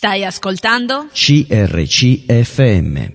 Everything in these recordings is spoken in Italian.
Stai ascoltando? CRC-FM.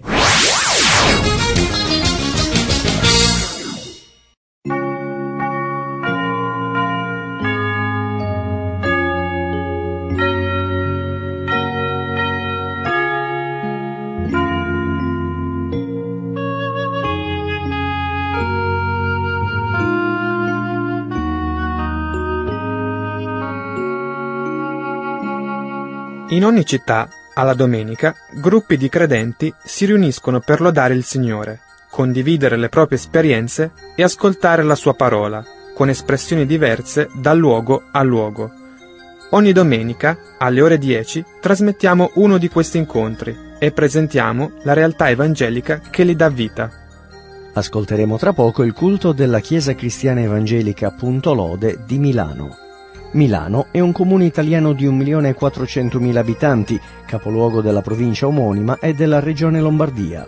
In ogni città, alla domenica, gruppi di credenti si riuniscono per lodare il Signore, condividere le proprie esperienze e ascoltare la Sua parola, con espressioni diverse da luogo a luogo. Ogni domenica, alle ore 10, trasmettiamo uno di questi incontri e presentiamo la realtà evangelica che li dà vita. Ascolteremo tra poco il culto della Chiesa Cristiana Evangelica Punto Lode di Milano. Milano è un comune italiano di 1.400.000 abitanti, capoluogo della provincia omonima e della regione Lombardia.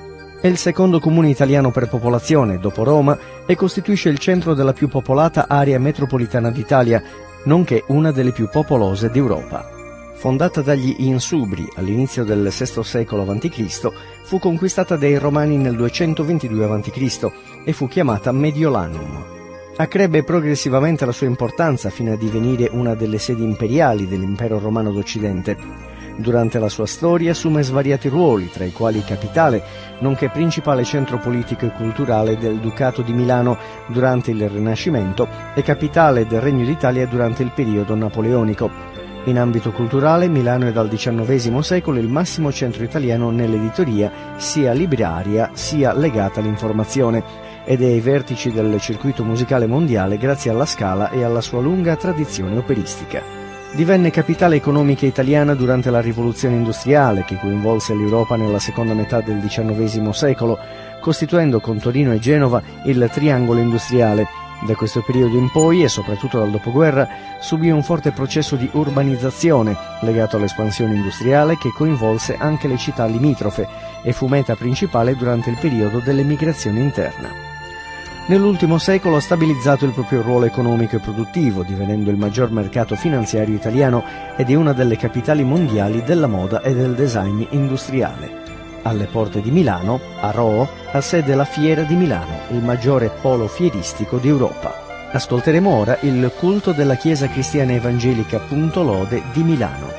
È il secondo comune italiano per popolazione, dopo Roma, e costituisce il centro della più popolata area metropolitana d'Italia, nonché una delle più popolose d'Europa. Fondata dagli Insubri all'inizio del VI secolo a.C., fu conquistata dai Romani nel 222 a.C. e fu chiamata Mediolanum. Accrebbe progressivamente la sua importanza fino a divenire una delle sedi imperiali dell'impero romano d'Occidente. Durante la sua storia assume svariati ruoli, tra i quali capitale, nonché principale centro politico e culturale del Ducato di Milano durante il Rinascimento e capitale del Regno d'Italia durante il periodo napoleonico. In ambito culturale, Milano è dal XIX secolo il massimo centro italiano nell'editoria, sia libraria sia legata all'informazione, ed è ai vertici del circuito musicale mondiale grazie alla Scala e alla sua lunga tradizione operistica. Divenne capitale economica italiana durante la rivoluzione industriale che coinvolse l'Europa nella seconda metà del XIX secolo, costituendo con Torino e Genova il triangolo industriale. Da questo periodo in poi, e soprattutto dal dopoguerra, subì un forte processo di urbanizzazione legato all'espansione industriale che coinvolse anche le città limitrofe e fu meta principale durante il periodo dell'emigrazione interna. Nell'ultimo secolo ha stabilizzato il proprio ruolo economico e produttivo, divenendo il maggior mercato finanziario italiano ed è una delle capitali mondiali della moda e del design industriale. Alle porte di Milano, a Rho, ha sede la Fiera di Milano, il maggiore polo fieristico d'Europa. Ascolteremo ora il culto della Chiesa Cristiana Evangelica Punto Lode di Milano.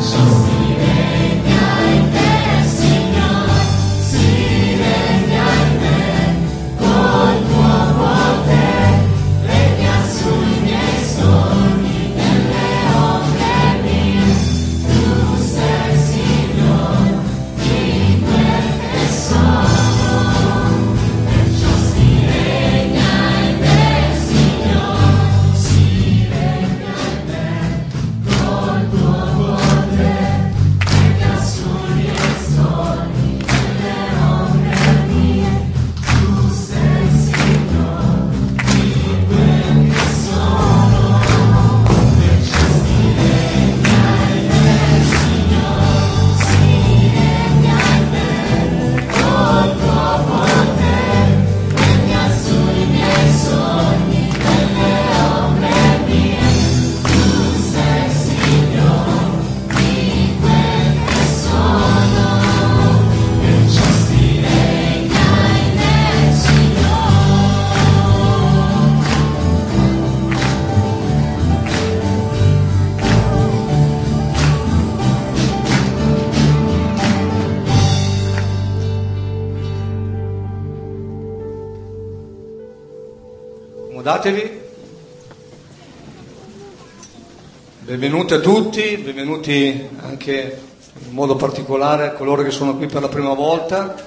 Accomodatevi. Benvenuti a tutti, benvenuti anche in modo particolare a coloro che sono qui per la prima volta.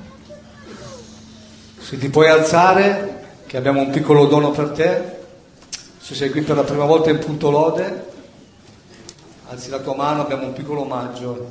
Se ti puoi alzare, che abbiamo un piccolo dono per te. Se sei qui per la prima volta in Punto Lode, alzi la tua mano, abbiamo un piccolo omaggio.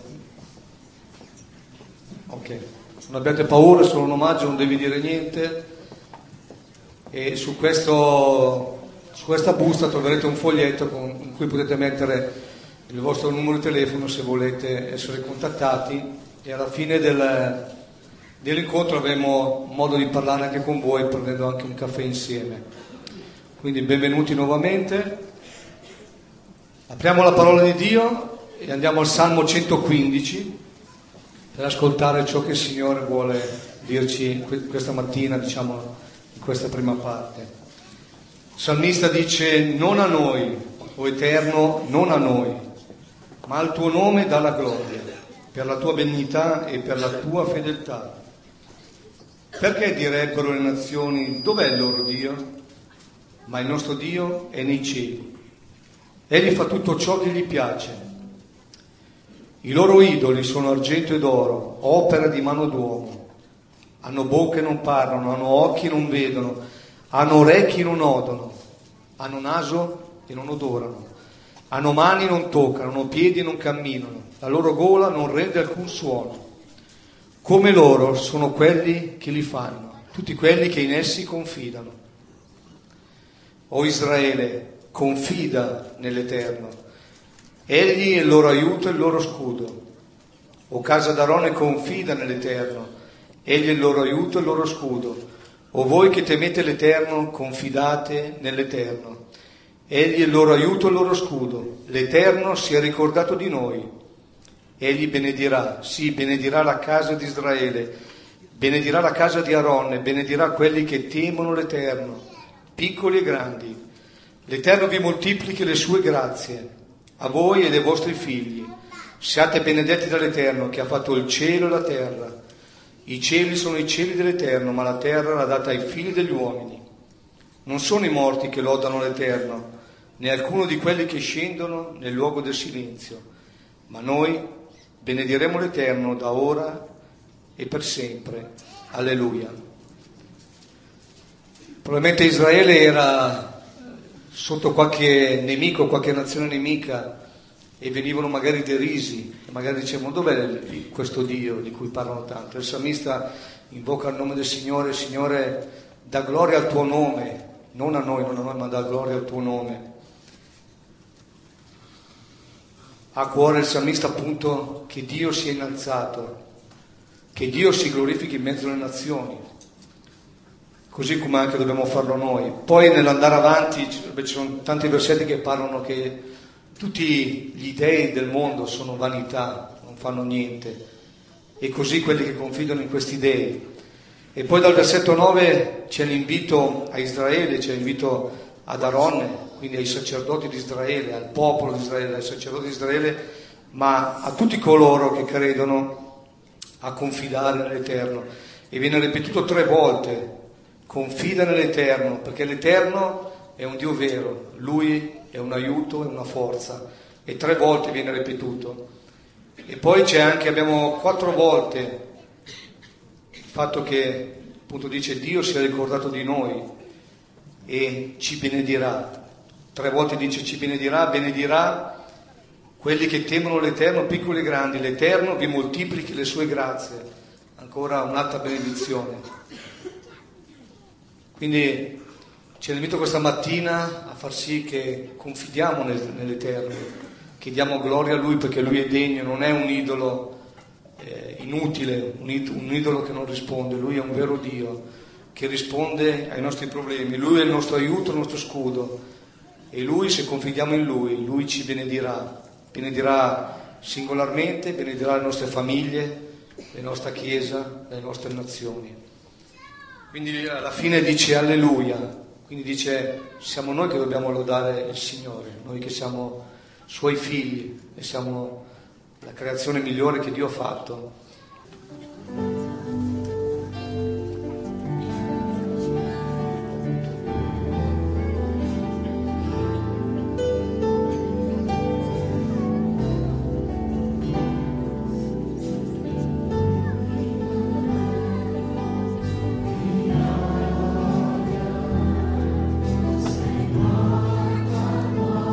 Ok, non abbiate paura, è solo un omaggio, non devi dire niente. E su questa busta troverete un foglietto in cui potete mettere il vostro numero di telefono se volete essere contattati, e alla fine dell'incontro avremo modo di parlare anche con voi, prendendo anche un caffè insieme. Quindi benvenuti nuovamente. Apriamo la parola di Dio e andiamo al Salmo 115 per ascoltare ciò che il Signore vuole dirci questa mattina, diciamo, in questa prima parte. Il salmista dice: non a noi, o Eterno, non a noi, ma al tuo nome dà la gloria, per la tua benignità e per la tua fedeltà. Perché direbbero le nazioni: dov'è il loro Dio? Ma il nostro Dio è nei cieli. Egli fa tutto ciò che gli piace. I loro idoli sono argento ed oro, opera di mano d'uomo. Hanno bocche e non parlano, hanno occhi e non vedono, hanno orecchi e non odono, hanno naso e non odorano, hanno mani e non toccano, hanno piedi e non camminano, la loro gola non rende alcun suono. Come loro sono quelli che li fanno, tutti quelli che in essi confidano. O Israele, confida nell'Eterno, egli è il loro aiuto e il loro scudo. O casa d'Arone, confida nell'Eterno, egli è il loro aiuto e il loro scudo. O voi che temete l'Eterno, confidate nell'Eterno. Egli è il loro aiuto e il loro scudo. L'Eterno si è ricordato di noi. Egli benedirà, sì, benedirà la casa di Israele, benedirà la casa di Aronne, benedirà quelli che temono l'Eterno, piccoli e grandi. L'Eterno vi moltiplichi le sue grazie, a voi e ai vostri figli. Siate benedetti dall'Eterno, che ha fatto il cielo e la terra. I cieli sono i cieli dell'Eterno, ma la terra l'ha data ai figli degli uomini. Non sono i morti che lodano l'Eterno, né alcuno di quelli che scendono nel luogo del silenzio. Ma noi benediremo l'Eterno da ora e per sempre. Alleluia. Probabilmente Israele era sotto qualche nemico, qualche nazione nemica, e venivano magari derisi, e magari dicevano: dov'è questo Dio di cui parlano tanto? Il salmista invoca il nome del Signore: Signore, dà gloria al tuo nome, non a noi, ma dà gloria al tuo nome. Ha a cuore il salmista appunto che Dio sia innalzato, che Dio si glorifichi in mezzo alle nazioni, così come anche dobbiamo farlo noi. Poi nell'andare avanti ci sono tanti versetti che parlano che tutti gli dei del mondo sono vanità, non fanno niente, e così quelli che confidano in questi dei. E poi dal versetto 9 c'è l'invito a Israele, c'è l'invito ad Aronne, quindi ai sacerdoti di Israele, al popolo di Israele, ai sacerdoti di Israele: ma a tutti coloro che credono a confidare nell'Eterno. E viene ripetuto 3 volte, confida nell'Eterno, perché l'Eterno è un Dio vero, Lui è un aiuto, è una forza, e 3 volte viene ripetuto. E poi abbiamo 4 volte il fatto che appunto dice Dio si è ricordato di noi e ci benedirà. 3 volte dice ci benedirà quelli che temono l'Eterno, piccoli e grandi. L'Eterno vi moltiplichi le sue grazie. Ancora un'altra benedizione. Quindi ci invito questa mattina a far sì che confidiamo nell'Eterno, che diamo gloria a Lui perché Lui è degno, non è un idolo inutile, un idolo che non risponde. Lui è un vero Dio che risponde ai nostri problemi. Lui è il nostro aiuto, il nostro scudo, e Lui, se confidiamo in Lui ci benedirà singolarmente, benedirà le nostre famiglie, la nostra Chiesa, le nostre nazioni. Quindi alla fine dice alleluia, quindi dice siamo noi che dobbiamo lodare il Signore, noi che siamo Suoi figli e siamo la creazione migliore che Dio ha fatto.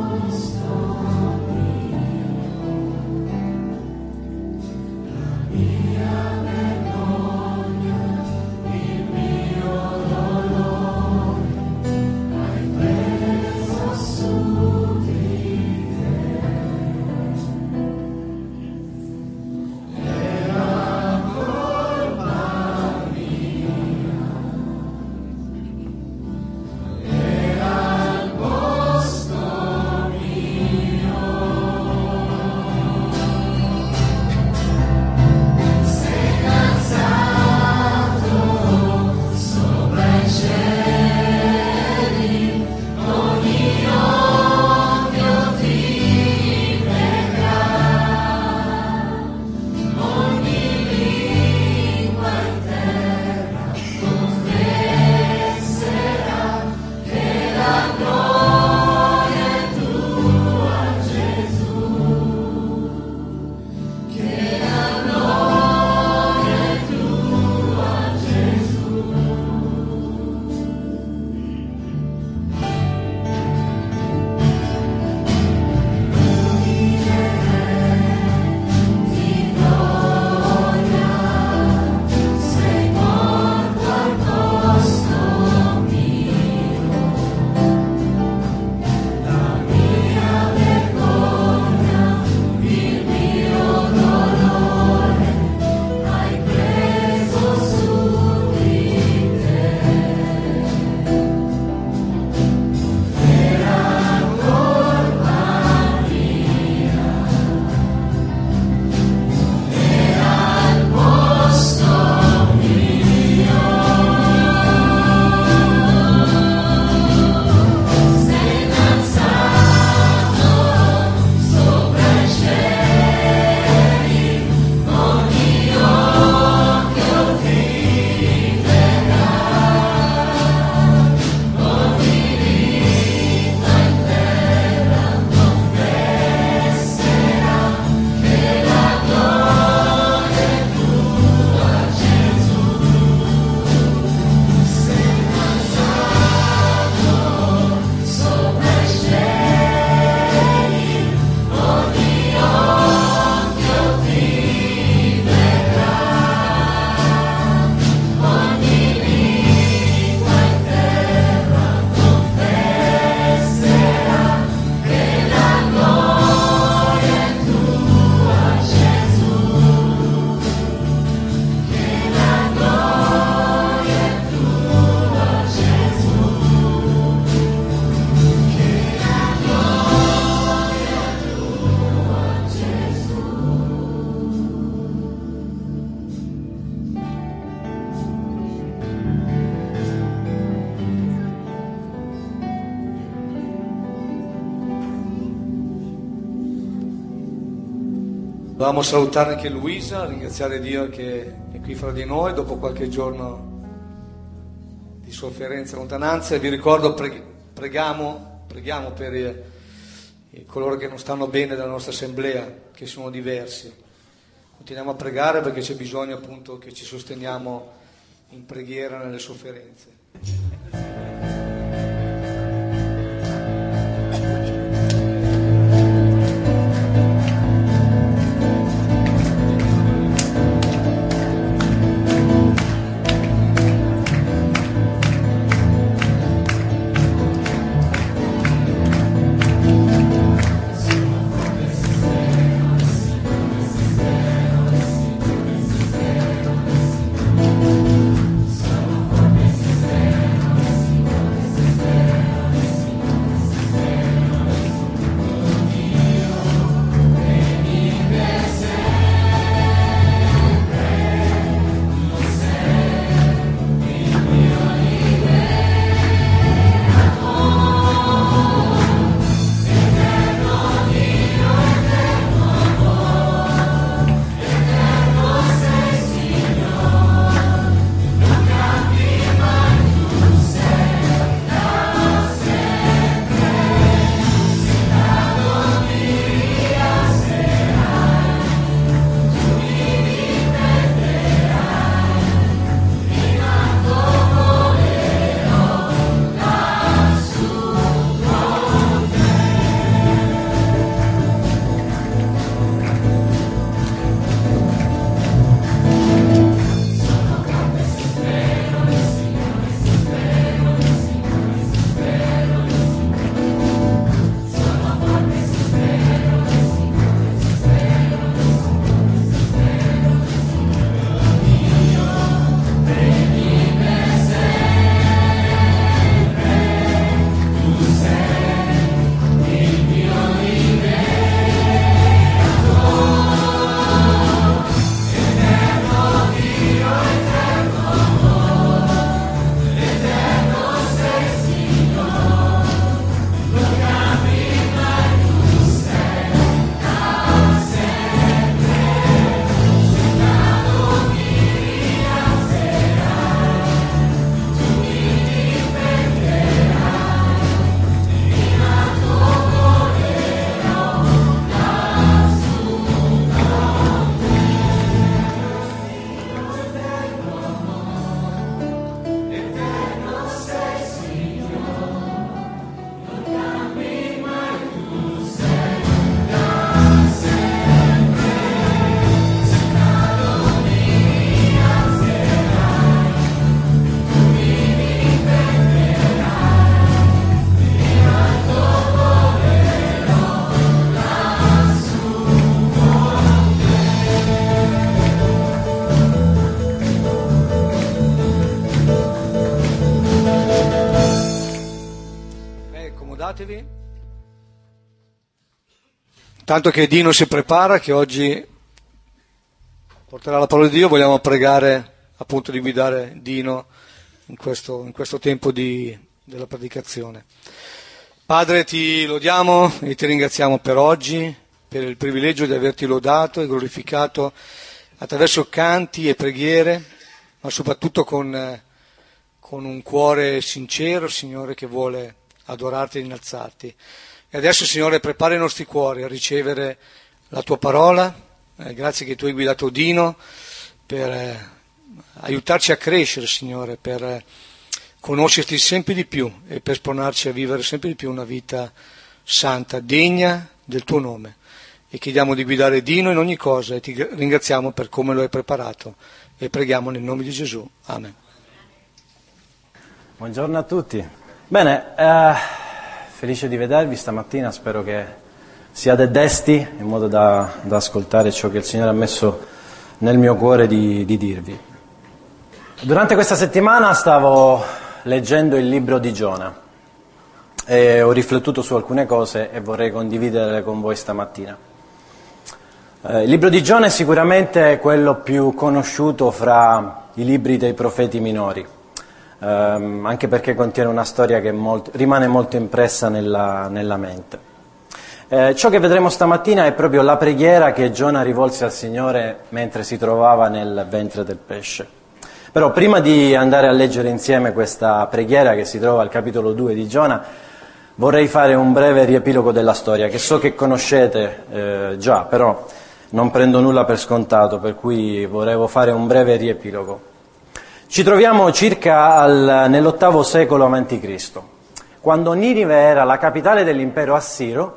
Yeah. Volevamo salutare anche Luisa, ringraziare Dio che è qui fra di noi dopo qualche giorno di sofferenza e lontananza, e vi ricordo preghiamo per coloro che non stanno bene della nostra assemblea, che sono diversi. Continuiamo a pregare perché c'è bisogno appunto che ci sosteniamo in preghiera nelle sofferenze. Accomodatevi. Tanto che Dino si prepara, che oggi porterà la parola di Dio, vogliamo pregare appunto di guidare Dino in questo tempo della predicazione. Padre, ti lodiamo e ti ringraziamo per oggi, per il privilegio di averti lodato e glorificato attraverso canti e preghiere, ma soprattutto con un cuore sincero, Signore, che vuole adorarti e innalzarti. E adesso, Signore, prepara i nostri cuori a ricevere la tua parola. Grazie che tu hai guidato Dino per aiutarci a crescere, Signore, per conoscerti sempre di più e per spronarci a vivere sempre di più una vita santa, degna del tuo nome. E chiediamo di guidare Dino in ogni cosa e ti ringraziamo per come lo hai preparato e preghiamo nel nome di Gesù. Amen. Buongiorno a tutti. Bene, felice di vedervi stamattina, spero che siate desti in modo da ascoltare ciò che il Signore ha messo nel mio cuore di dirvi. Durante questa settimana stavo leggendo il libro di Giona e ho riflettuto su alcune cose e vorrei condividerle con voi stamattina. Il libro di Giona è sicuramente quello più conosciuto fra i libri dei profeti minori. Anche perché contiene una storia che rimane molto impressa nella mente. Ciò che vedremo stamattina è proprio la preghiera che Giona rivolse al Signore mentre si trovava nel ventre del pesce. Però prima di andare a leggere insieme questa preghiera che si trova al capitolo 2 di Giona, vorrei fare un breve riepilogo della storia, che so che conoscete già, però non prendo nulla per scontato, per cui volevo fare un breve riepilogo. Ci troviamo circa nell'8° secolo a.C., quando Ninive era la capitale dell'impero assiro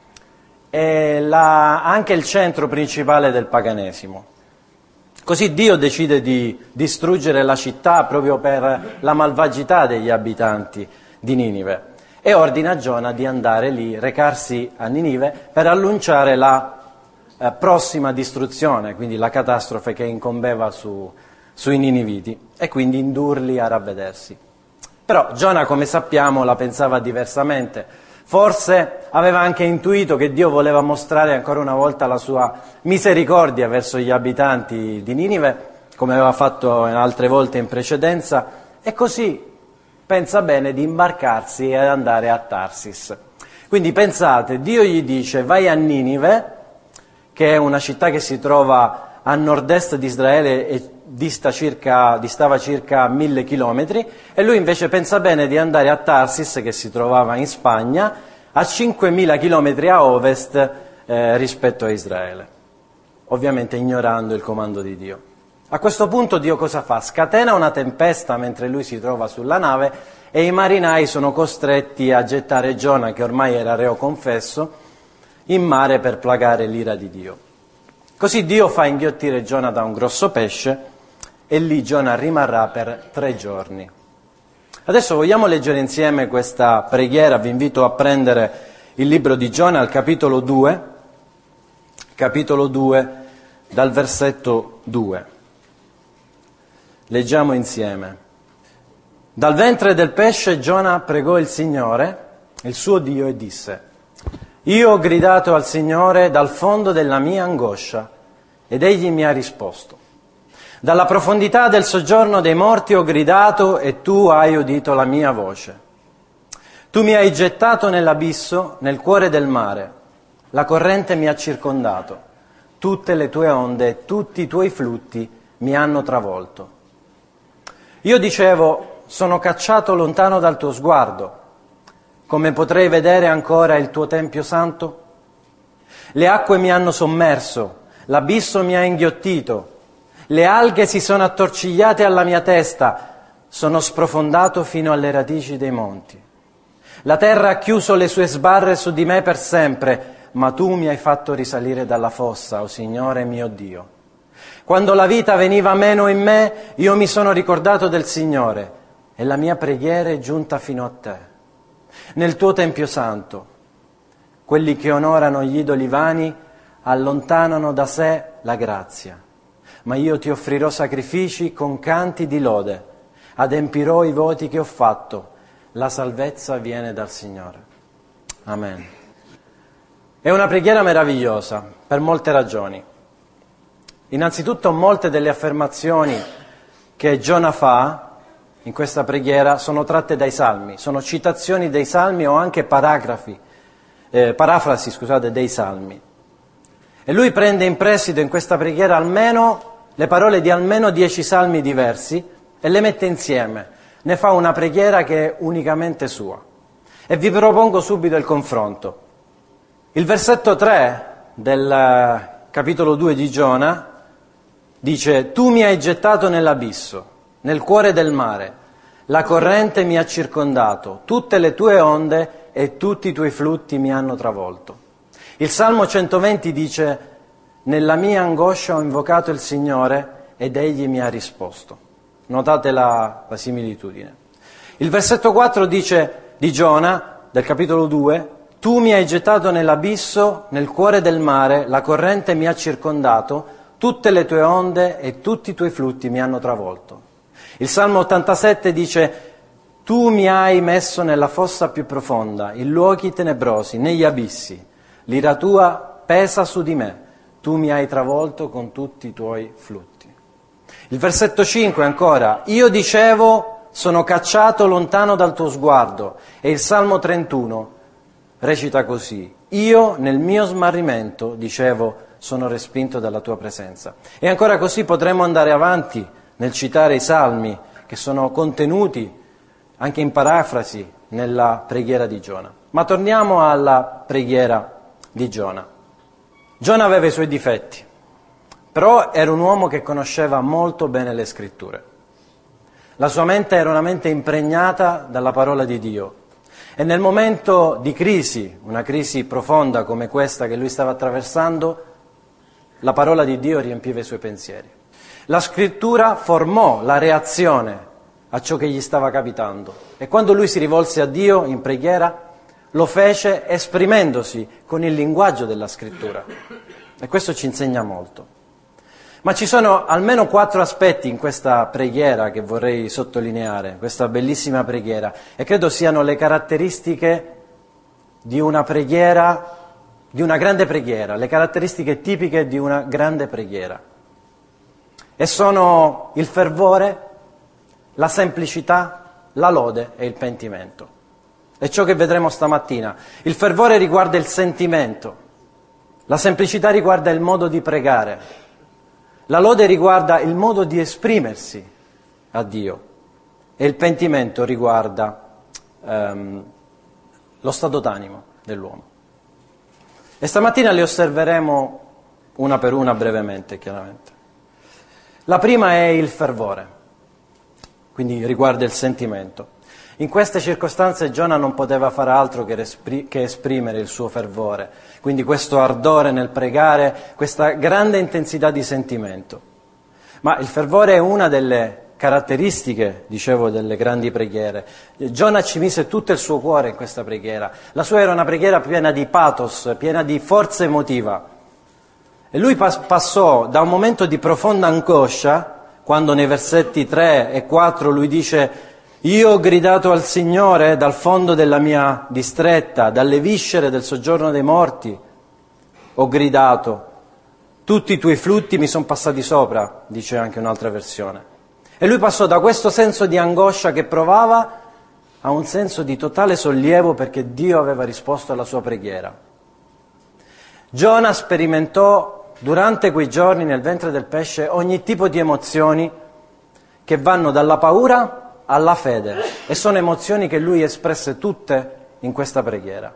e anche il centro principale del paganesimo. Così Dio decide di distruggere la città proprio per la malvagità degli abitanti di Ninive e ordina a Giona di andare lì, recarsi a Ninive per annunciare la prossima distruzione, quindi la catastrofe che incombeva sui niniviti e quindi indurli a ravvedersi. Però Giona, come sappiamo, la pensava diversamente. Forse aveva anche intuito che Dio voleva mostrare ancora una volta la sua misericordia verso gli abitanti di Ninive, come aveva fatto altre volte in precedenza, e così pensa bene di imbarcarsi e andare a Tarsis. Quindi pensate, Dio gli dice: vai a Ninive, che è una città che si trova a nord-est di Israele e distava circa 1000 chilometri, e lui invece pensa bene di andare a Tarsis, che si trovava in Spagna, a 5000 chilometri a ovest rispetto a Israele, ovviamente ignorando il comando di Dio. A questo punto Dio cosa fa? Scatena una tempesta mentre lui si trova sulla nave e i marinai sono costretti a gettare Giona, che ormai era reo confesso, in mare per placare l'ira di Dio. Così Dio fa inghiottire Giona da un grosso pesce e lì Giona rimarrà per 3 giorni. Adesso vogliamo leggere insieme questa preghiera. Vi invito a prendere il libro di Giona al capitolo 2, dal versetto 2. Leggiamo insieme. Dal ventre del pesce Giona pregò il Signore, il suo Dio, e disse: io ho gridato al Signore dal fondo della mia angoscia, ed egli mi ha risposto. Dalla profondità del soggiorno dei morti ho gridato, e tu hai udito la mia voce. Tu mi hai gettato nell'abisso, nel cuore del mare. La corrente mi ha circondato. Tutte le tue onde e tutti i tuoi flutti mi hanno travolto. Io dicevo: sono cacciato lontano dal tuo sguardo. Come potrei vedere ancora il tuo Tempio Santo? Le acque mi hanno sommerso, l'abisso mi ha inghiottito, le alghe si sono attorcigliate alla mia testa, sono sprofondato fino alle radici dei monti. La terra ha chiuso le sue sbarre su di me per sempre, ma tu mi hai fatto risalire dalla fossa, o Signore mio Dio. Quando la vita veniva meno in me, io mi sono ricordato del Signore, e la mia preghiera è giunta fino a te. Nel tuo Tempio Santo, quelli che onorano gli idoli vani allontanano da sé la grazia, ma io ti offrirò sacrifici con canti di lode, adempirò i voti che ho fatto, la salvezza viene dal Signore. Amen. È una preghiera meravigliosa per molte ragioni. Innanzitutto, molte delle affermazioni che Giona fa in questa preghiera sono tratte dai Salmi, sono citazioni dei Salmi o anche parafrasi dei Salmi. E lui prende in prestito in questa preghiera almeno le parole di almeno 10 Salmi diversi e le mette insieme. Ne fa una preghiera che è unicamente sua. E vi propongo subito il confronto. Il versetto 3 del capitolo 2 di Giona dice: tu mi hai gettato nell'abisso, nel cuore del mare, la corrente mi ha circondato, tutte le tue onde e tutti i tuoi flutti mi hanno travolto. Il Salmo 120 dice: nella mia angoscia ho invocato il Signore ed egli mi ha risposto. Notate la similitudine. Il versetto 4 dice di Giona, del capitolo 2, tu mi hai gettato nell'abisso, nel cuore del mare, la corrente mi ha circondato, tutte le tue onde e tutti i tuoi flutti mi hanno travolto. Il Salmo 87 dice: tu mi hai messo nella fossa più profonda, in luoghi tenebrosi, negli abissi. L'ira tua pesa su di me, tu mi hai travolto con tutti i tuoi flutti. Il versetto 5 ancora: io dicevo, sono cacciato lontano dal tuo sguardo. E il Salmo 31: recita così: io nel mio smarrimento dicevo sono respinto dalla tua presenza. E ancora così potremmo andare avanti nel citare i salmi che sono contenuti anche in parafrasi nella preghiera di Giona. Ma torniamo alla preghiera di Giona. Giona aveva i suoi difetti, però era un uomo che conosceva molto bene le scritture. La sua mente era una mente impregnata dalla parola di Dio. E nel momento di crisi, una crisi profonda come questa che lui stava attraversando, la parola di Dio riempiva i suoi pensieri. La scrittura formò la reazione a ciò che gli stava capitando. E quando lui si rivolse a Dio in preghiera, lo fece esprimendosi con il linguaggio della scrittura. E questo ci insegna molto. Ma ci sono almeno 4 aspetti in questa preghiera che vorrei sottolineare, questa bellissima preghiera, e credo siano le caratteristiche di una preghiera, di una grande preghiera, le caratteristiche tipiche di una grande preghiera. E sono il fervore, la semplicità, la lode e il pentimento. È ciò che vedremo stamattina. Il fervore riguarda il sentimento, la semplicità riguarda il modo di pregare, la lode riguarda il modo di esprimersi a Dio e il pentimento riguarda lo stato d'animo dell'uomo. E stamattina le osserveremo una per una brevemente, chiaramente. La prima è il fervore, quindi riguarda il sentimento. In queste circostanze Giona non poteva fare altro che esprimere il suo fervore, quindi questo ardore nel pregare, questa grande intensità di sentimento. Ma il fervore è una delle caratteristiche, dicevo, delle grandi preghiere. Giona ci mise tutto il suo cuore in questa preghiera. La sua era una preghiera piena di pathos, piena di forza emotiva. E lui passò da un momento di profonda angoscia, quando nei versetti 3 e 4 lui dice: io ho gridato al Signore dal fondo della mia distretta, dalle viscere del soggiorno dei morti. Ho gridato, tutti i tuoi flutti mi sono passati sopra, dice anche un'altra versione. E lui passò da questo senso di angoscia che provava a un senso di totale sollievo perché Dio aveva risposto alla sua preghiera. Giona sperimentò durante quei giorni nel ventre del pesce ogni tipo di emozioni che vanno dalla paura alla fede, e sono emozioni che lui espresse tutte in questa preghiera.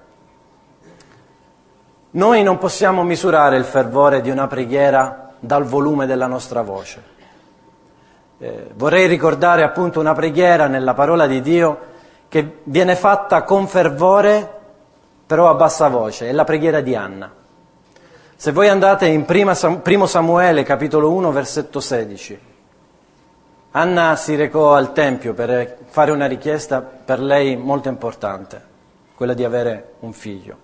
Noi non possiamo misurare il fervore di una preghiera dal volume della nostra voce. Vorrei ricordare appunto una preghiera nella parola di Dio che viene fatta con fervore però a bassa voce, è la preghiera di Anna. Se voi andate in Primo Samuele capitolo 1 versetto 16, Anna si recò al Tempio per fare una richiesta per lei molto importante, quella di avere un figlio.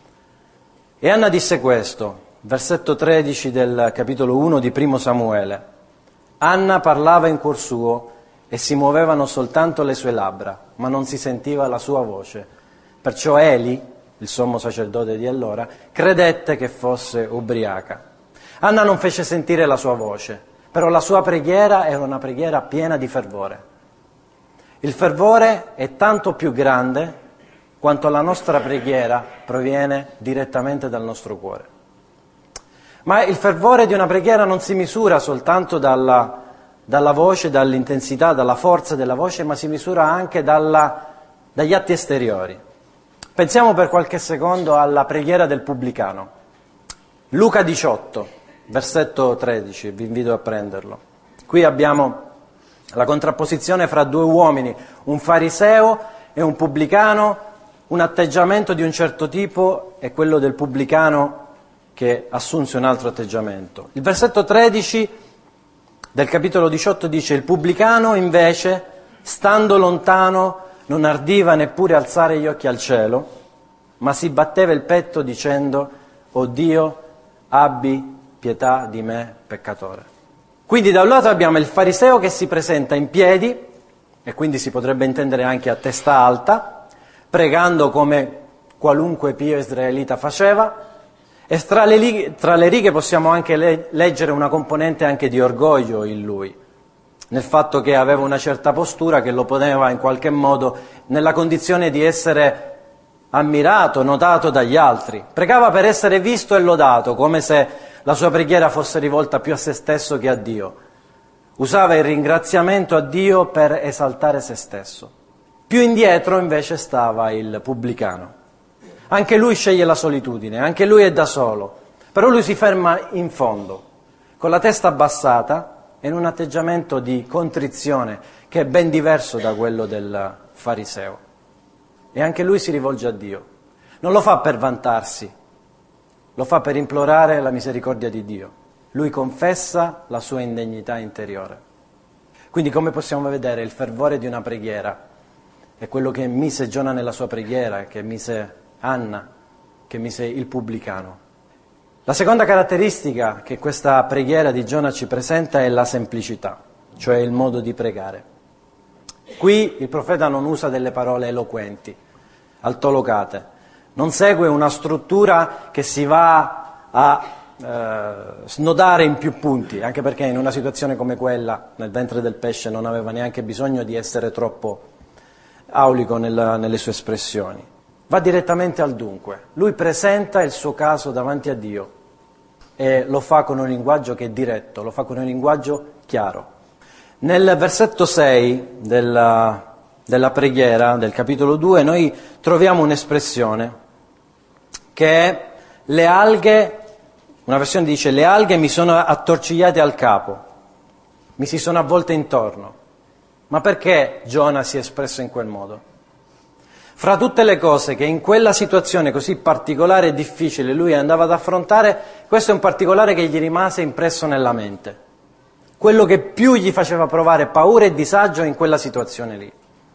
E Anna disse questo, versetto 13 del capitolo 1 di Primo Samuele. Anna parlava in cuor suo e si muovevano soltanto le sue labbra, ma non si sentiva la sua voce. Perciò Eli, il sommo sacerdote di allora, credette che fosse ubriaca. Anna non fece sentire la sua voce, però la sua preghiera era una preghiera piena di fervore. Il fervore è tanto più grande quanto la nostra preghiera proviene direttamente dal nostro cuore. Ma il fervore di una preghiera non si misura soltanto dalla voce, dall'intensità, dalla forza della voce, ma si misura anche dagli atti esteriori. Pensiamo per qualche secondo alla preghiera del pubblicano. Luca 18, versetto 13, vi invito a prenderlo. Qui abbiamo la contrapposizione fra 2 uomini, un fariseo e un pubblicano, un atteggiamento di un certo tipo e quello del pubblicano che assunse un altro atteggiamento. Il versetto 13 del capitolo 18 dice: il pubblicano invece, stando lontano, non ardiva neppure alzare gli occhi al cielo, ma si batteva il petto dicendo: «O Dio, abbi pietà di me, peccatore». Quindi da un lato abbiamo il fariseo che si presenta in piedi, e quindi si potrebbe intendere anche a testa alta, pregando come qualunque pio israelita faceva, e tra le righe possiamo anche leggere una componente anche di orgoglio in lui, nel fatto che aveva una certa postura che lo poneva in qualche modo nella condizione di essere ammirato, notato dagli altri. Pregava per essere visto e lodato, come se la sua preghiera fosse rivolta più a se stesso che a Dio. Usava il ringraziamento a Dio per esaltare se stesso. Più indietro invece stava il pubblicano. Anche lui sceglie la solitudine, anche lui è da solo, però lui si ferma in fondo, con la testa abbassata e in un atteggiamento di contrizione che è ben diverso da quello del fariseo. E anche lui si rivolge a Dio. Non lo fa per vantarsi, lo fa per implorare la misericordia di Dio. Lui confessa la sua indegnità interiore. Quindi, come possiamo vedere, il fervore di una preghiera è quello che mise Giona nella sua preghiera, che mise Anna, che mise il pubblicano. La seconda caratteristica che questa preghiera di Giona ci presenta è la semplicità, cioè il modo di pregare. Qui il profeta non usa delle parole eloquenti, altolocate, non segue una struttura che si va a snodare in più punti, anche perché in una situazione come quella, nel ventre del pesce, non aveva neanche bisogno di essere troppo aulico nelle sue espressioni. Va direttamente al dunque. Lui presenta il suo caso davanti a Dio e lo fa con un linguaggio che è diretto, lo fa con un linguaggio chiaro. Nel versetto 6 della preghiera, del capitolo 2, noi troviamo un'espressione che è le alghe, una versione dice le alghe mi sono attorcigliate al capo, mi si sono avvolte intorno. Ma perché Giona si è espresso in quel modo? Fra tutte le cose che in quella situazione così particolare e difficile lui andava ad affrontare, questo è un particolare che gli rimase impresso nella mente. Quello che più gli faceva provare paura e disagio in quella situazione lì.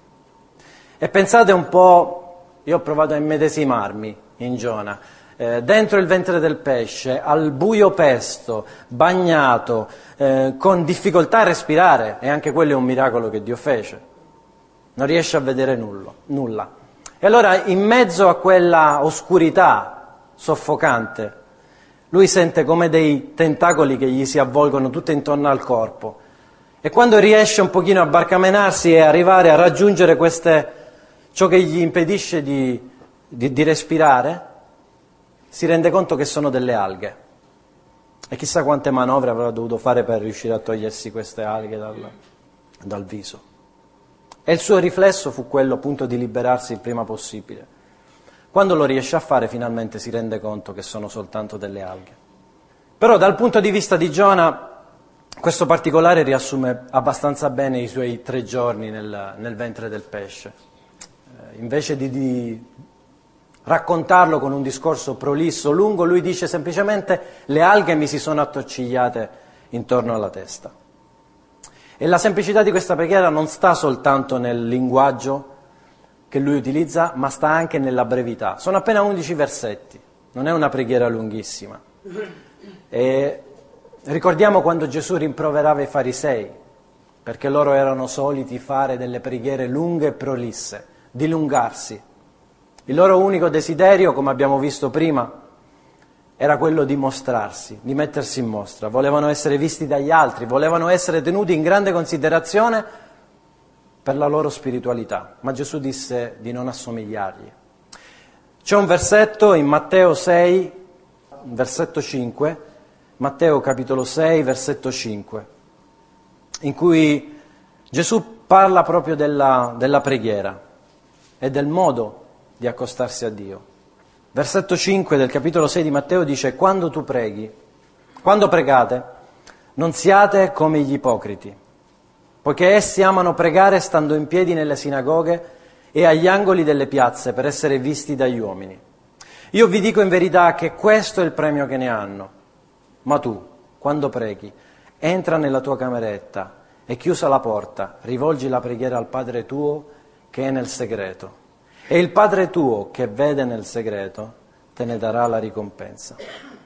E pensate un po', io ho provato a immedesimarmi in Giona, dentro il ventre del pesce, al buio pesto, bagnato, con difficoltà a respirare, e anche quello è un miracolo che Dio fece. Non riesce a vedere nulla. E allora, in mezzo a quella oscurità soffocante, lui sente come dei tentacoli che gli si avvolgono tutto intorno al corpo. E quando riesce un pochino a barcamenarsi e arrivare a raggiungere ciò che gli impedisce di respirare, si rende conto che sono delle alghe. E chissà quante manovre avrà dovuto fare per riuscire a togliersi queste alghe dal viso. E il suo riflesso fu quello appunto di liberarsi il prima possibile. Quando lo riesce a fare, finalmente si rende conto che sono soltanto delle alghe. Però dal punto di vista di Giona, questo particolare riassume abbastanza bene i suoi 3 giorni nel ventre del pesce. Invece di raccontarlo con un discorso prolisso, lungo, lui dice semplicemente le alghe mi si sono attorcigliate intorno alla testa. E la semplicità di questa preghiera non sta soltanto nel linguaggio che lui utilizza, ma sta anche nella brevità. Sono appena 11 versetti, non è una preghiera lunghissima. E ricordiamo quando Gesù rimproverava i farisei, perché loro erano soliti fare delle preghiere lunghe e prolisse, dilungarsi. Il loro unico desiderio, come abbiamo visto prima, era quello di mostrarsi, di mettersi in mostra. Volevano essere visti dagli altri, volevano essere tenuti in grande considerazione per la loro spiritualità, ma Gesù disse di non assomigliargli. C'è un versetto in Matteo 6, versetto 5, Matteo capitolo 6, versetto 5, in cui Gesù parla proprio della preghiera e del modo di accostarsi a Dio. Versetto 5 del capitolo 6 di Matteo dice: quando pregate, non siate come gli ipocriti, poiché essi amano pregare stando in piedi nelle sinagoghe e agli angoli delle piazze per essere visti dagli uomini. Io vi dico in verità che questo è il premio che ne hanno. Ma tu, quando preghi, entra nella tua cameretta e chiusa la porta, rivolgi la preghiera al Padre tuo che è nel segreto. E il Padre tuo che vede nel segreto te ne darà la ricompensa.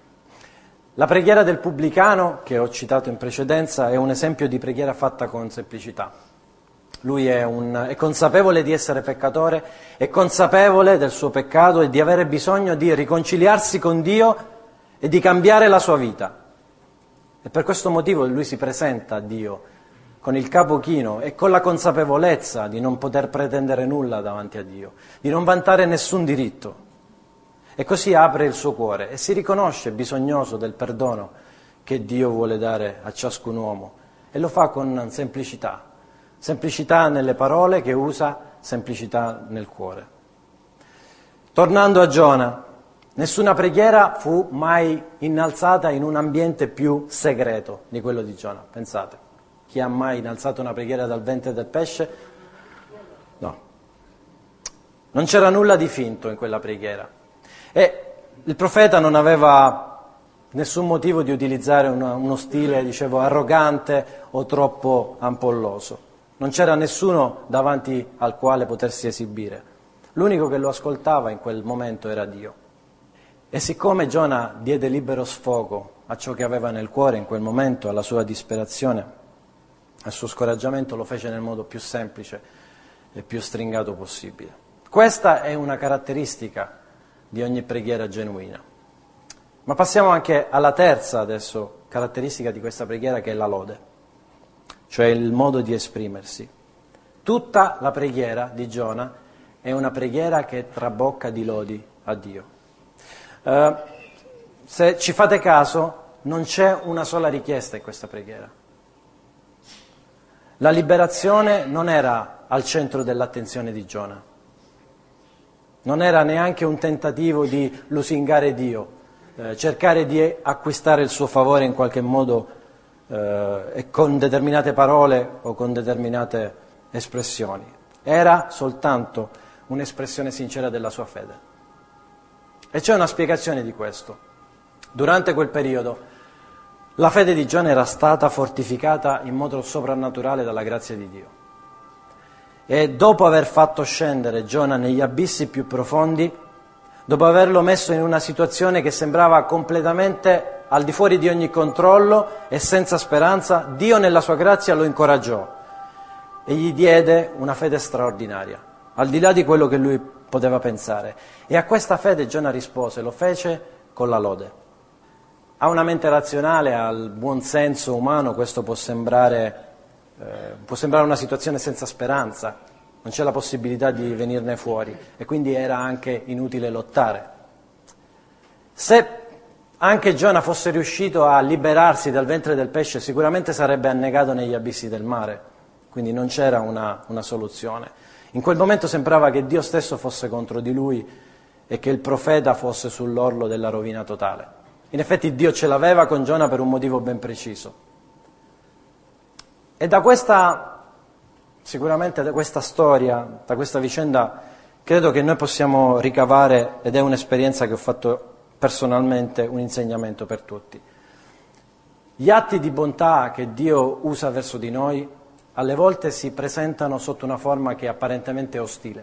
La preghiera del pubblicano, che ho citato in precedenza, è un esempio di preghiera fatta con semplicità. Lui è consapevole di essere peccatore, è consapevole del suo peccato e di avere bisogno di riconciliarsi con Dio e di cambiare la sua vita. E per questo motivo lui si presenta a Dio con il capo chino e con la consapevolezza di non poter pretendere nulla davanti a Dio, di non vantare nessun diritto. E così apre il suo cuore e si riconosce bisognoso del perdono che Dio vuole dare a ciascun uomo. E lo fa con semplicità. Semplicità nelle parole che usa, semplicità nel cuore. Tornando a Giona, nessuna preghiera fu mai innalzata in un ambiente più segreto di quello di Giona. Pensate. Chi ha mai innalzato una preghiera dal ventre del pesce? No. Non c'era nulla di finto in quella preghiera. E il profeta non aveva nessun motivo di utilizzare uno stile, dicevo, arrogante o troppo ampolloso. Non c'era nessuno davanti al quale potersi esibire. L'unico che lo ascoltava in quel momento era Dio. E siccome Giona diede libero sfogo a ciò che aveva nel cuore in quel momento, alla sua disperazione, al suo scoraggiamento, lo fece nel modo più semplice e più stringato possibile. Questa è una caratteristica di ogni preghiera genuina. Ma passiamo anche alla terza adesso caratteristica di questa preghiera, che è la lode, cioè il modo di esprimersi. Tutta la preghiera di Giona è una preghiera che trabocca di lodi a Dio. Se ci fate caso, non c'è una sola richiesta in questa preghiera. La liberazione non era al centro dell'attenzione di Giona. Non era neanche un tentativo di lusingare Dio, cercare di acquistare il suo favore in qualche modo e con determinate parole o con determinate espressioni. Era soltanto un'espressione sincera della sua fede. E c'è una spiegazione di questo. Durante quel periodo la fede di Giona era stata fortificata in modo soprannaturale dalla grazia di Dio. E dopo aver fatto scendere Giona negli abissi più profondi, dopo averlo messo in una situazione che sembrava completamente al di fuori di ogni controllo e senza speranza, Dio nella sua grazia lo incoraggiò e gli diede una fede straordinaria, al di là di quello che lui poteva pensare. E a questa fede Giona rispose, lo fece con la lode. A una mente razionale, al buon senso umano, questo può sembrare una situazione senza speranza, non c'è la possibilità di venirne fuori e quindi era anche inutile lottare. Se anche Giona fosse riuscito a liberarsi dal ventre del pesce, sicuramente sarebbe annegato negli abissi del mare, quindi non c'era una soluzione. In quel momento sembrava che Dio stesso fosse contro di lui e che il profeta fosse sull'orlo della rovina totale. In effetti Dio ce l'aveva con Giona per un motivo ben preciso. E sicuramente da questa storia, da questa vicenda, credo che noi possiamo ricavare, ed è un'esperienza che ho fatto personalmente, un insegnamento per tutti. Gli atti di bontà che Dio usa verso di noi, alle volte si presentano sotto una forma che è apparentemente ostile.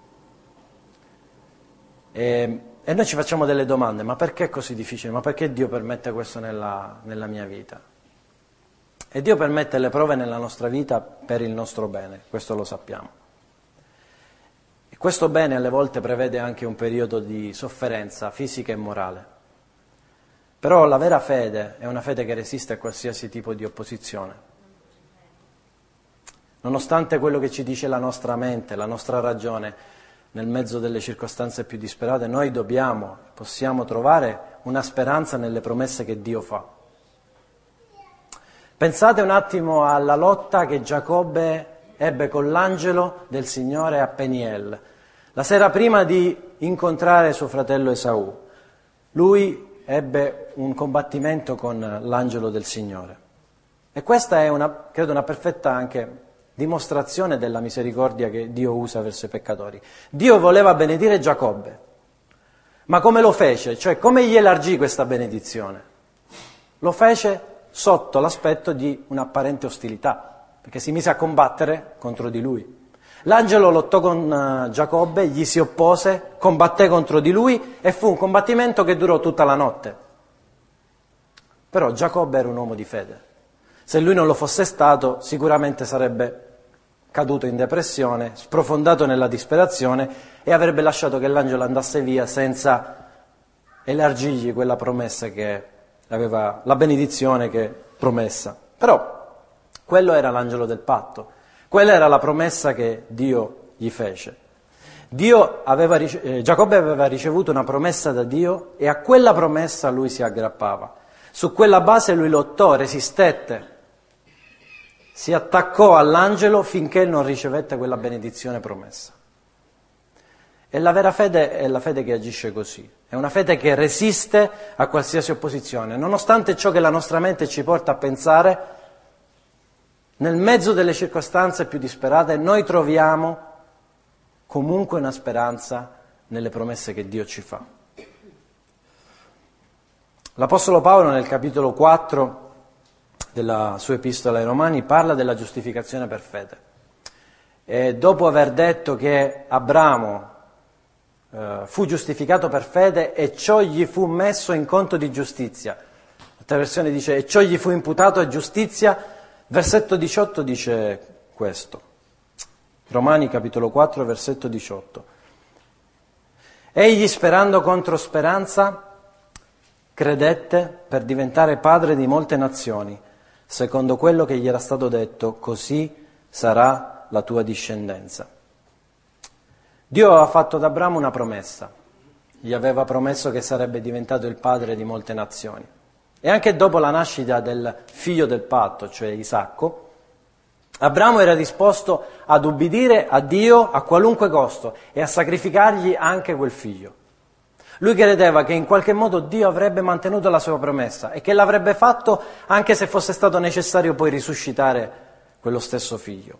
E noi ci facciamo delle domande, ma perché è così difficile? Ma perché Dio permette questo nella mia vita? E Dio permette le prove nella nostra vita per il nostro bene, questo lo sappiamo. E questo bene alle volte prevede anche un periodo di sofferenza fisica e morale. Però la vera fede è una fede che resiste a qualsiasi tipo di opposizione. Nonostante quello che ci dice la nostra mente, la nostra ragione, nel mezzo delle circostanze più disperate, noi possiamo trovare una speranza nelle promesse che Dio fa. Pensate un attimo alla lotta che Giacobbe ebbe con l'angelo del Signore a Peniel, la sera prima di incontrare suo fratello Esaù. Lui ebbe un combattimento con l'angelo del Signore. E questa è credo una perfetta anche dimostrazione della misericordia che Dio usa verso i peccatori. Dio voleva benedire Giacobbe, ma come lo fece? Cioè, come gli elargì questa benedizione? Lo fece sotto l'aspetto di un'apparente ostilità, perché si mise a combattere contro di lui. L'angelo lottò con Giacobbe, gli si oppose, combatté contro di lui e fu un combattimento che durò tutta la notte. Però Giacobbe era un uomo di fede. Se lui non lo fosse stato, sicuramente sarebbe caduto in depressione, sprofondato nella disperazione e avrebbe lasciato che l'angelo andasse via senza elargirgli quella promessa che aveva, la benedizione che promessa. Però Quello era l'angelo del patto, quella era la promessa che Dio gli fece. Giacobbe aveva ricevuto una promessa da Dio e a quella promessa lui si aggrappava. Su quella base lui lottò, resistette, si attaccò all'angelo finché non ricevette quella benedizione promessa. E la vera fede è la fede che agisce così, è una fede che resiste a qualsiasi opposizione, nonostante ciò che la nostra mente ci porta a pensare, nel mezzo delle circostanze più disperate noi troviamo comunque una speranza nelle promesse che Dio ci fa. L'Apostolo Paolo nel capitolo 4 della sua epistola ai Romani parla della giustificazione per fede. E dopo aver detto che Abramo fu giustificato per fede e ciò gli fu messo in conto di giustizia. L'altra versione dice e ciò gli fu imputato a giustizia, versetto 18 dice questo. Romani capitolo 4 versetto 18. Egli sperando contro speranza credette per diventare padre di molte nazioni, secondo quello che gli era stato detto, così sarà la tua discendenza. Dio aveva fatto ad Abramo una promessa, gli aveva promesso che sarebbe diventato il padre di molte nazioni. E anche dopo la nascita del figlio del patto, cioè Isacco, Abramo era disposto ad ubbidire a Dio a qualunque costo e a sacrificargli anche quel figlio. Lui credeva che in qualche modo Dio avrebbe mantenuto la sua promessa e che l'avrebbe fatto anche se fosse stato necessario poi risuscitare quello stesso figlio.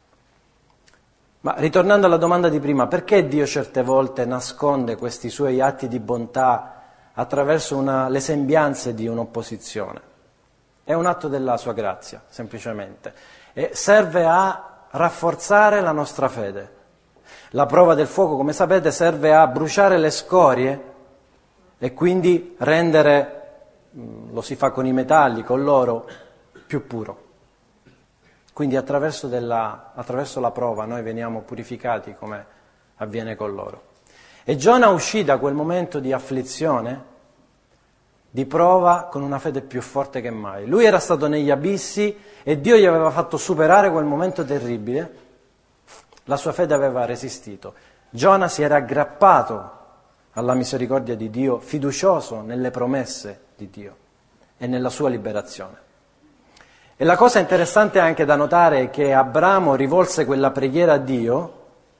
Ma ritornando alla domanda di prima, perché Dio certe volte nasconde questi suoi atti di bontà attraverso le sembianze di un'opposizione? È un atto della sua grazia, semplicemente. E serve a rafforzare la nostra fede. La prova del fuoco, come sapete, serve a bruciare le scorie e quindi rendere, lo si fa con i metalli, con l'oro, più puro. Quindi attraverso la prova noi veniamo purificati come avviene con l'oro. E Giona uscì da quel momento di afflizione, di prova, con una fede più forte che mai. Lui era stato negli abissi e Dio gli aveva fatto superare quel momento terribile, la sua fede aveva resistito. Giona si era aggrappato alla misericordia di Dio, fiducioso nelle promesse di Dio e nella sua liberazione. E la cosa interessante anche da notare è che Abramo rivolse quella preghiera a Dio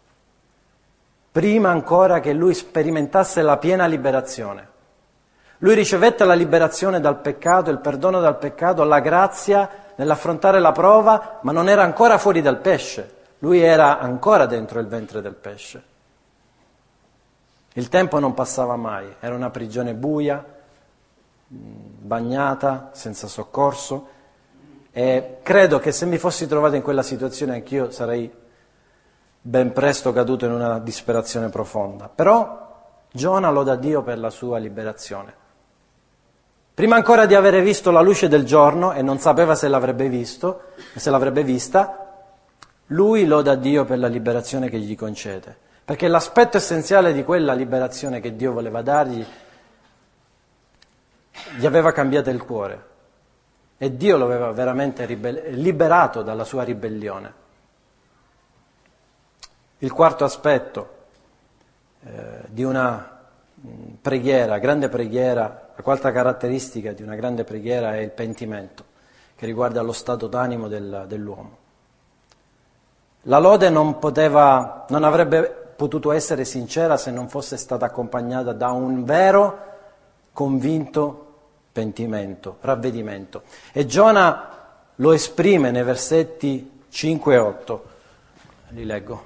prima ancora che lui sperimentasse la piena liberazione. Lui ricevette la liberazione dal peccato, il perdono dal peccato, la grazia nell'affrontare la prova, ma non era ancora fuori dal pesce. Lui era ancora dentro il ventre del pesce. Il tempo non passava mai, era una prigione buia, bagnata, senza soccorso, e credo che se mi fossi trovato in quella situazione anch'io sarei ben presto caduto in una disperazione profonda. Però Giona loda Dio per la sua liberazione. Prima ancora di avere visto la luce del giorno, e non sapeva se l'avrebbe visto, se l'avrebbe vista, lui loda Dio per la liberazione che gli concede. Perché l'aspetto essenziale di quella liberazione che Dio voleva dargli, gli aveva cambiato il cuore. E Dio lo aveva veramente liberato dalla sua ribellione. Il quarto aspetto di una preghiera, grande preghiera, la quarta caratteristica di una grande preghiera è il pentimento, che riguarda lo stato d'animo dell'uomo. La lode non avrebbe potuto essere sincera se non fosse stata accompagnata da un vero, convinto pentimento, ravvedimento. E Giona lo esprime nei versetti 5 e 8. Li leggo.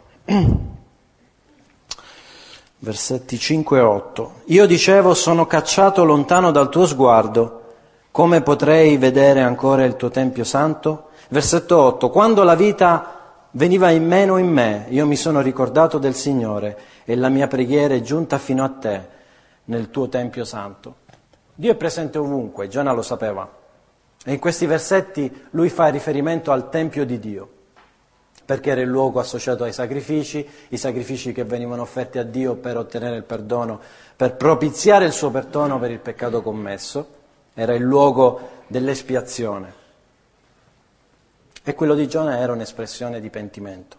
Versetti 5 e 8. Io dicevo, sono cacciato lontano dal tuo sguardo, come potrei vedere ancora il tuo Tempio Santo? Versetto 8. Quando la vita veniva in meno in me, io mi sono ricordato del Signore e la mia preghiera è giunta fino a te nel tuo Tempio Santo. Dio è presente ovunque, Giona lo sapeva. E in questi versetti lui fa riferimento al Tempio di Dio, perché era il luogo associato ai sacrifici, i sacrifici che venivano offerti a Dio per ottenere il perdono, per propiziare il suo perdono per il peccato commesso, era il luogo dell'espiazione. E quello di Giona era un'espressione di pentimento.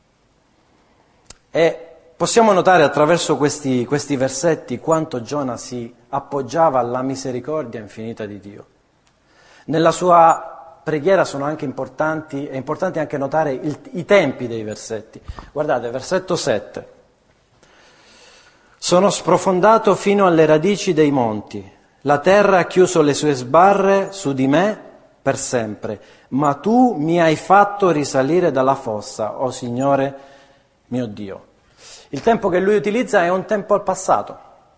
E possiamo notare attraverso questi versetti quanto Giona si appoggiava alla misericordia infinita di Dio. Nella sua preghiera sono anche importanti, è importante anche notare i tempi dei versetti. Guardate, versetto 7. Sono sprofondato fino alle radici dei monti, la terra ha chiuso le sue sbarre su di me per sempre, ma tu mi hai fatto risalire dalla fossa, o Signore mio Dio. Il tempo che lui utilizza è un tempo al passato.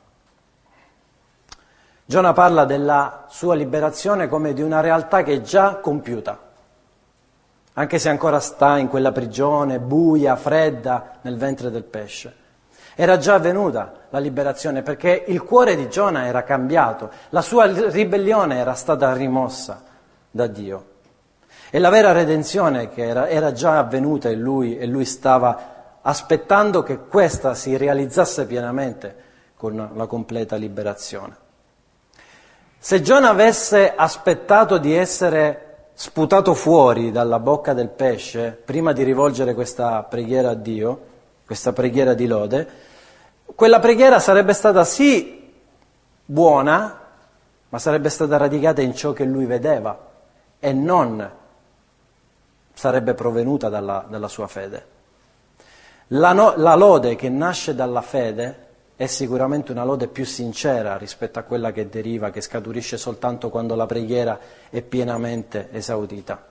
Giona parla della sua liberazione come di una realtà che è già compiuta, anche se ancora sta in quella prigione buia, fredda, nel ventre del pesce. Era già avvenuta la liberazione perché il cuore di Giona era cambiato, la sua ribellione era stata rimossa da Dio. E la vera redenzione che era già avvenuta in lui e lui stava aspettando che questa si realizzasse pienamente con la completa liberazione. Se Giona avesse aspettato di essere sputato fuori dalla bocca del pesce prima di rivolgere questa preghiera a Dio, questa preghiera di lode, quella preghiera sarebbe stata sì buona, ma sarebbe stata radicata in ciò che lui vedeva e non sarebbe provenuta dalla sua fede. La lode che nasce dalla fede è sicuramente una lode più sincera rispetto a quella che deriva, che scaturisce soltanto quando la preghiera è pienamente esaudita.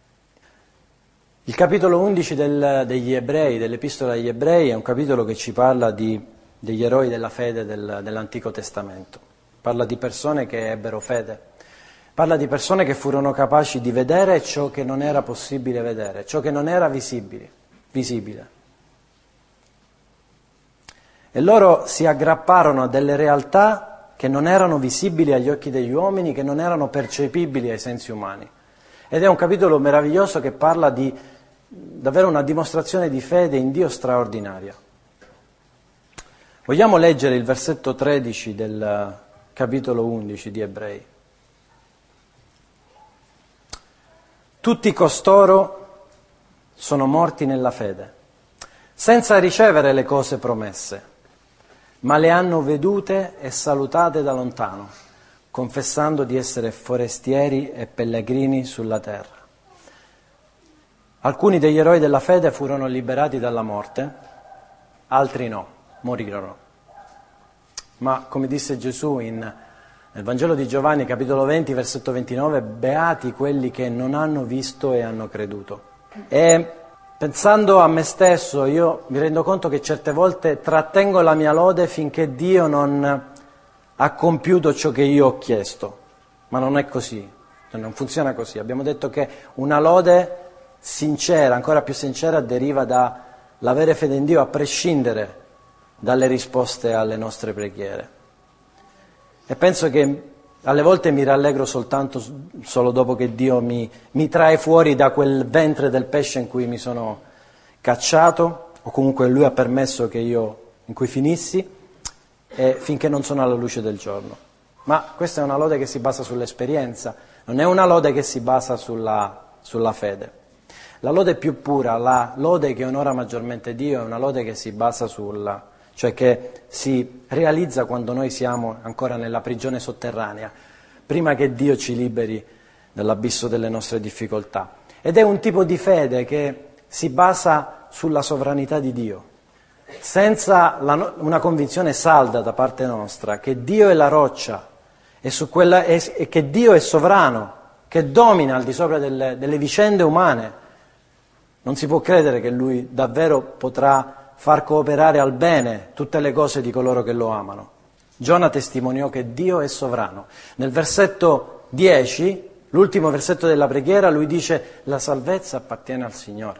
Il capitolo 11 degli Ebrei, dell'Epistola agli Ebrei, è un capitolo che ci parla degli eroi della fede dell'Antico Testamento. Parla di persone che ebbero fede, parla di persone che furono capaci di vedere ciò che non era possibile vedere, ciò che non era visibile. E loro si aggrapparono a delle realtà che non erano visibili agli occhi degli uomini, che non erano percepibili ai sensi umani. Ed è un capitolo meraviglioso che parla di davvero una dimostrazione di fede in Dio straordinaria. Vogliamo leggere il versetto 13 del capitolo 11 di Ebrei. Tutti costoro sono morti nella fede, senza ricevere le cose promesse, ma le hanno vedute e salutate da lontano, confessando di essere forestieri e pellegrini sulla terra. Alcuni degli eroi della fede furono liberati dalla morte, altri no, morirono. Ma come disse Gesù nel Vangelo di Giovanni, capitolo 20, versetto 29, beati quelli che non hanno visto e hanno creduto. E pensando a me stesso, io mi rendo conto che certe volte trattengo la mia lode finché Dio non ha compiuto ciò che io ho chiesto, ma non è così, non funziona così. Abbiamo detto che una lode sincera, ancora più sincera, deriva dall'avere fede in Dio a prescindere dalle risposte alle nostre preghiere. E penso che alle volte mi rallegro solo dopo che Dio mi trae fuori da quel ventre del pesce in cui mi sono cacciato, o comunque Lui ha permesso in cui finissi, e finché non sono alla luce del giorno. Ma questa è una lode che si basa sull'esperienza, non è una lode che si basa sulla fede. La lode più pura, la lode che onora maggiormente Dio, è una lode che si basa cioè che si realizza quando noi siamo ancora nella prigione sotterranea, prima che Dio ci liberi dall'abisso delle nostre difficoltà. Ed è un tipo di fede che si basa sulla sovranità di Dio, senza una convinzione salda da parte nostra che Dio è la roccia e che Dio è sovrano, che domina al di sopra delle vicende umane. Non si può credere che Lui davvero potrà far cooperare al bene tutte le cose di coloro che lo amano. Giona testimoniò che Dio è sovrano. Nel versetto 10, l'ultimo versetto della preghiera, lui dice: la salvezza appartiene al Signore.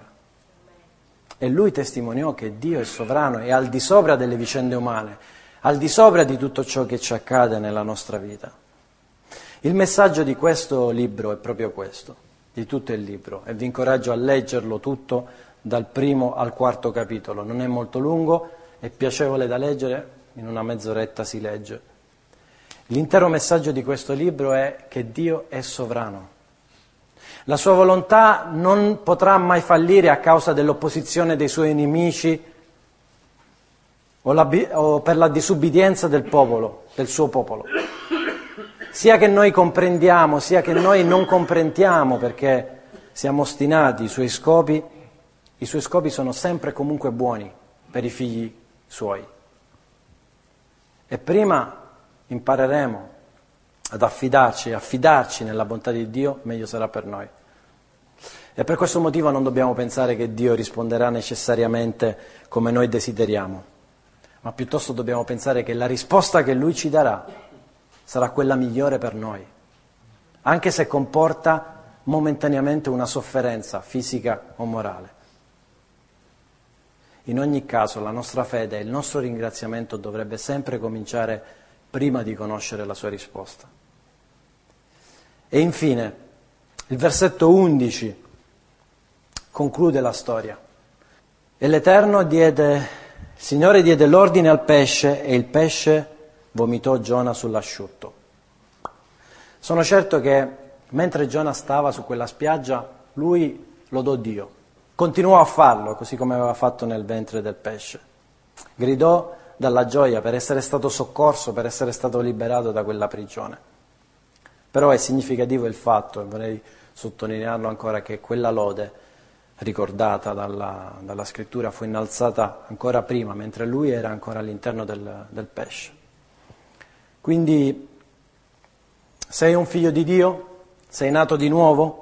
E lui testimoniò che Dio è sovrano e al di sopra delle vicende umane, al di sopra di tutto ciò che ci accade nella nostra vita. Il messaggio di questo libro è proprio questo, di tutto il libro, e vi incoraggio a leggerlo tutto dal primo al quarto capitolo. Non è molto lungo, è piacevole da leggere, in una mezz'oretta si legge. L'intero messaggio di questo libro è che Dio è sovrano. La sua volontà non potrà mai fallire a causa dell'opposizione dei suoi nemici o per la disubbidienza del popolo, del suo popolo. Sia che noi comprendiamo, sia che noi non comprendiamo perché siamo ostinati, i suoi scopi sono sempre e comunque buoni per i figli suoi. E prima impareremo ad affidarci nella bontà di Dio, meglio sarà per noi. E per questo motivo non dobbiamo pensare che Dio risponderà necessariamente come noi desideriamo, ma piuttosto dobbiamo pensare che la risposta che Lui ci darà sarà quella migliore per noi, anche se comporta momentaneamente una sofferenza fisica o morale. In ogni caso la nostra fede e il nostro ringraziamento dovrebbe sempre cominciare prima di conoscere la sua risposta. E infine, il versetto 11 conclude la storia. E il Signore diede l'ordine al pesce e il pesce vomitò Giona sull'asciutto. Sono certo che mentre Giona stava su quella spiaggia, lui lodò Dio. Continuò a farlo, così come aveva fatto nel ventre del pesce. Gridò dalla gioia per essere stato soccorso, per essere stato liberato da quella prigione. Però è significativo il fatto, e vorrei sottolinearlo ancora, che quella lode ricordata dalla scrittura fu innalzata ancora prima, mentre lui era ancora all'interno del pesce. Quindi sei un figlio di Dio? Sei nato di nuovo?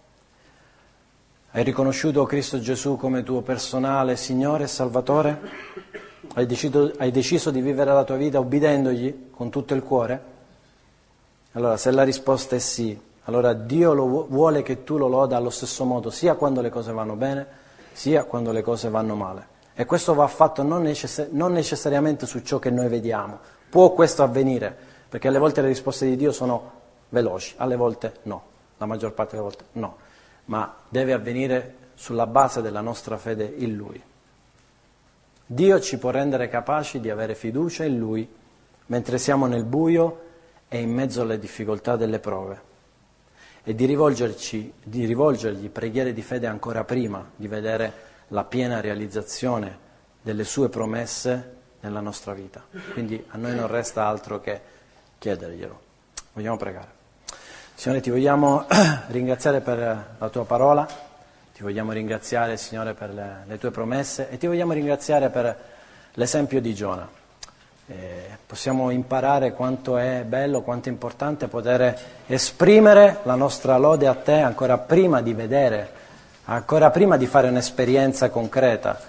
Hai riconosciuto Cristo Gesù come tuo personale Signore e Salvatore? Hai deciso di vivere la tua vita obbedendogli con tutto il cuore? Allora, se la risposta è sì, allora Dio vuole che tu lo loda allo stesso modo, sia quando le cose vanno bene, sia quando le cose vanno male. E questo va fatto non necessariamente su ciò che noi vediamo. Può questo avvenire, perché alle volte le risposte di Dio sono veloci, alle volte no, la maggior parte delle volte no. Ma deve avvenire sulla base della nostra fede in Lui. Dio ci può rendere capaci di avere fiducia in Lui mentre siamo nel buio e in mezzo alle difficoltà delle prove e di rivolgergli preghiere di fede ancora prima di vedere la piena realizzazione delle sue promesse nella nostra vita. Quindi a noi non resta altro che chiederglielo. Vogliamo pregare. Signore, ti vogliamo ringraziare per la tua parola, ti vogliamo ringraziare, Signore, per le tue promesse e ti vogliamo ringraziare per l'esempio di Giona. Possiamo imparare quanto è bello, quanto è importante poter esprimere la nostra lode a te ancora prima di vedere, ancora prima di fare un'esperienza concreta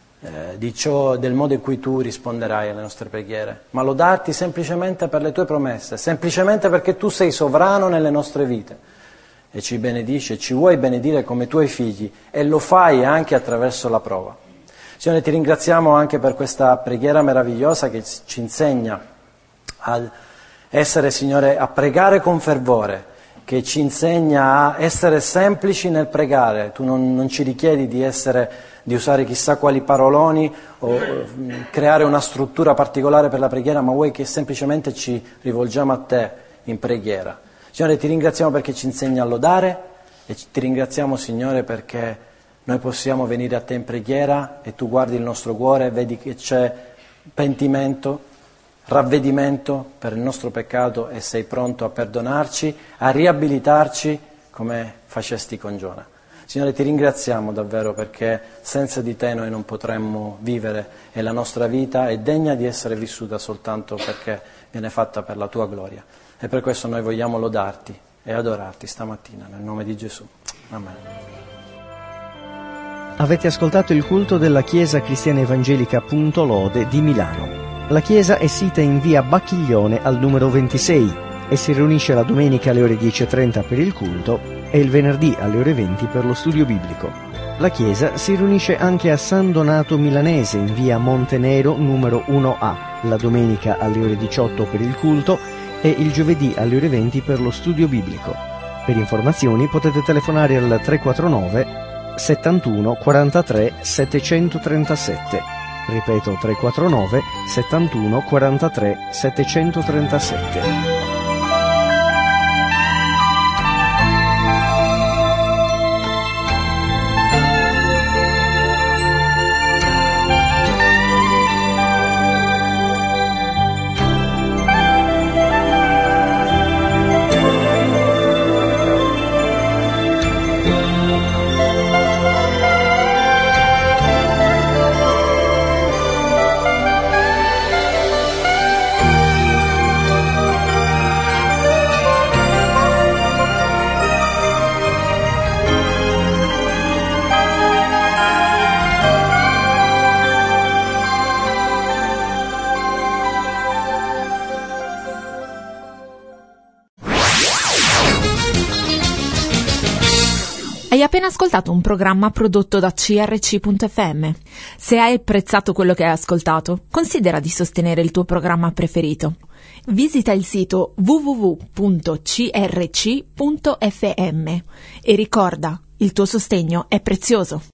del modo in cui tu risponderai alle nostre preghiere, ma lodarti semplicemente per le tue promesse, semplicemente perché tu sei sovrano nelle nostre vite e ci benedici e ci vuoi benedire come tuoi figli e lo fai anche attraverso la prova. Signore, ti ringraziamo anche per questa preghiera meravigliosa che ci insegna a essere, Signore, a pregare con fervore, che ci insegna a essere semplici nel pregare. Tu non ci richiedi di usare chissà quali paroloni o creare una struttura particolare per la preghiera, ma vuoi che semplicemente ci rivolgiamo a te in preghiera. Signore, ti ringraziamo perché ci insegna a lodare e ti ringraziamo, Signore, perché noi possiamo venire a te in preghiera e tu guardi il nostro cuore, vedi che c'è pentimento, ravvedimento per il nostro peccato e sei pronto a perdonarci, a riabilitarci come facesti con Giona. Signore, ti ringraziamo davvero perché senza di te noi non potremmo vivere e la nostra vita è degna di essere vissuta soltanto perché viene fatta per la tua gloria. E per questo noi vogliamo lodarti e adorarti stamattina, nel nome di Gesù. Amen. Avete ascoltato il culto della Chiesa Cristiana Evangelica Lode di Milano. La chiesa è sita in via Bacchiglione al numero 26 e si riunisce la domenica alle ore 10:30 per il culto e il venerdì alle ore 20 per lo studio biblico. La chiesa si riunisce anche a San Donato Milanese in via Montenero numero 1A, la domenica alle ore 18 per il culto e il giovedì alle ore 20 per lo studio biblico. Per informazioni potete telefonare al 349 71 43 737. Ripeto, 349 71 43 737. Hai appena ascoltato un programma prodotto da CRC.fm. Se hai apprezzato quello che hai ascoltato, considera di sostenere il tuo programma preferito. Visita il sito www.crc.fm e ricorda, il tuo sostegno è prezioso.